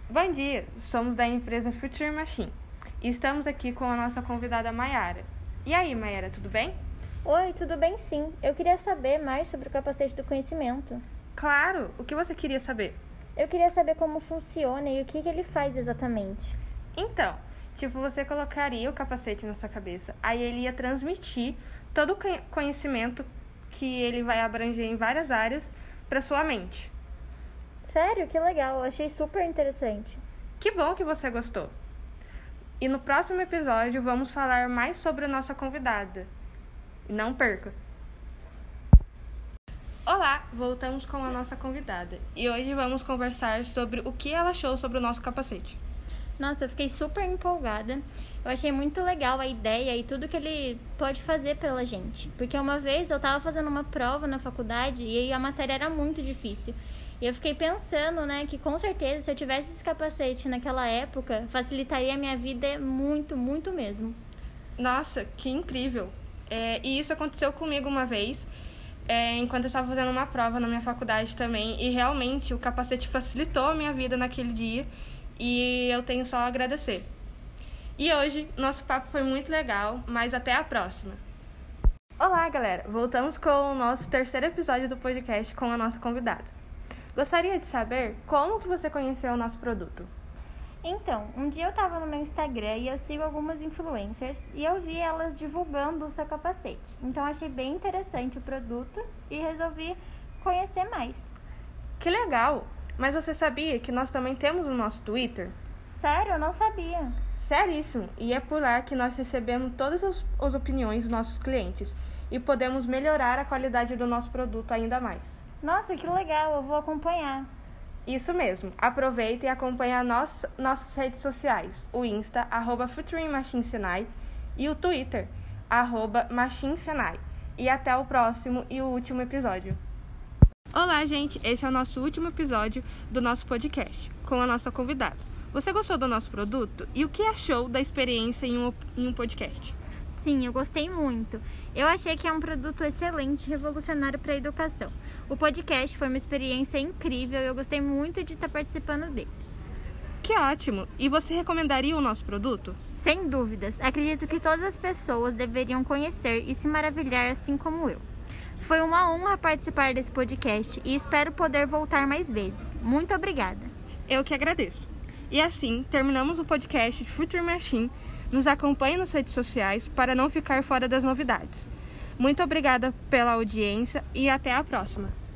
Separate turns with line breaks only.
Bom dia, somos da empresa Future Machine e estamos aqui com a nossa convidada Mayara. E aí, Mayara, tudo bem?
Oi, tudo bem sim. Eu queria saber mais sobre o capacete do conhecimento.
Claro! O que você queria saber?
Eu queria saber como funciona e o que ele faz exatamente.
Então, você colocaria o capacete na sua cabeça, aí ele ia transmitir todo o conhecimento que ele vai abranger em várias áreas para sua mente.
Sério? Que legal, eu achei super interessante.
Que bom que você gostou! E no próximo episódio vamos falar mais sobre a nossa convidada. Não perca! Olá, voltamos com a nossa convidada e hoje vamos conversar sobre o que ela achou sobre o nosso capacete.
Nossa, eu fiquei super empolgada. Eu achei muito legal a ideia e tudo que ele pode fazer pela gente. Porque uma vez eu estava fazendo uma prova na faculdade e a matéria era muito difícil. E eu fiquei pensando, que com certeza se eu tivesse esse capacete naquela época, facilitaria a minha vida muito, muito mesmo.
Nossa, que incrível! E isso aconteceu comigo uma vez, enquanto eu estava fazendo uma prova na minha faculdade também. E realmente o capacete facilitou a minha vida naquele dia e eu tenho só a agradecer. E hoje nosso papo foi muito legal, mas até a próxima! Olá, galera! Voltamos com o nosso terceiro episódio do podcast com a nossa convidada. Gostaria de saber como que você conheceu o nosso produto.
Então, um dia eu estava no meu Instagram e eu sigo algumas influencers e eu vi elas divulgando o seu capacete. Então, achei bem interessante o produto e resolvi conhecer mais.
Que legal! Mas você sabia que nós também temos o nosso Twitter?
Sério? Eu não sabia.
Seríssimo! E é por lá que nós recebemos todas as opiniões dos nossos clientes e podemos melhorar a qualidade do nosso produto ainda mais.
Nossa, que legal! Eu vou acompanhar.
Isso mesmo. Aproveita e acompanha nossas redes sociais. O Insta, @FutureMachineSenai e o Twitter, @MachineSenai. E até o próximo e o último episódio. Olá, gente! Esse é o nosso último episódio do nosso podcast, com a nossa convidada. Você gostou do nosso produto? E o que achou da experiência em um podcast?
Sim, eu gostei muito. Eu achei que é um produto excelente e revolucionário para a educação. O podcast foi uma experiência incrível e eu gostei muito de estar participando dele.
Que ótimo! E você recomendaria o nosso produto?
Sem dúvidas. Acredito que todas as pessoas deveriam conhecer e se maravilhar assim como eu. Foi uma honra participar desse podcast e espero poder voltar mais vezes. Muito obrigada.
Eu que agradeço. E assim, terminamos o podcast de Future Machine. Nos acompanhe nas redes sociais para não ficar fora das novidades. Muito obrigada pela audiência e até a próxima!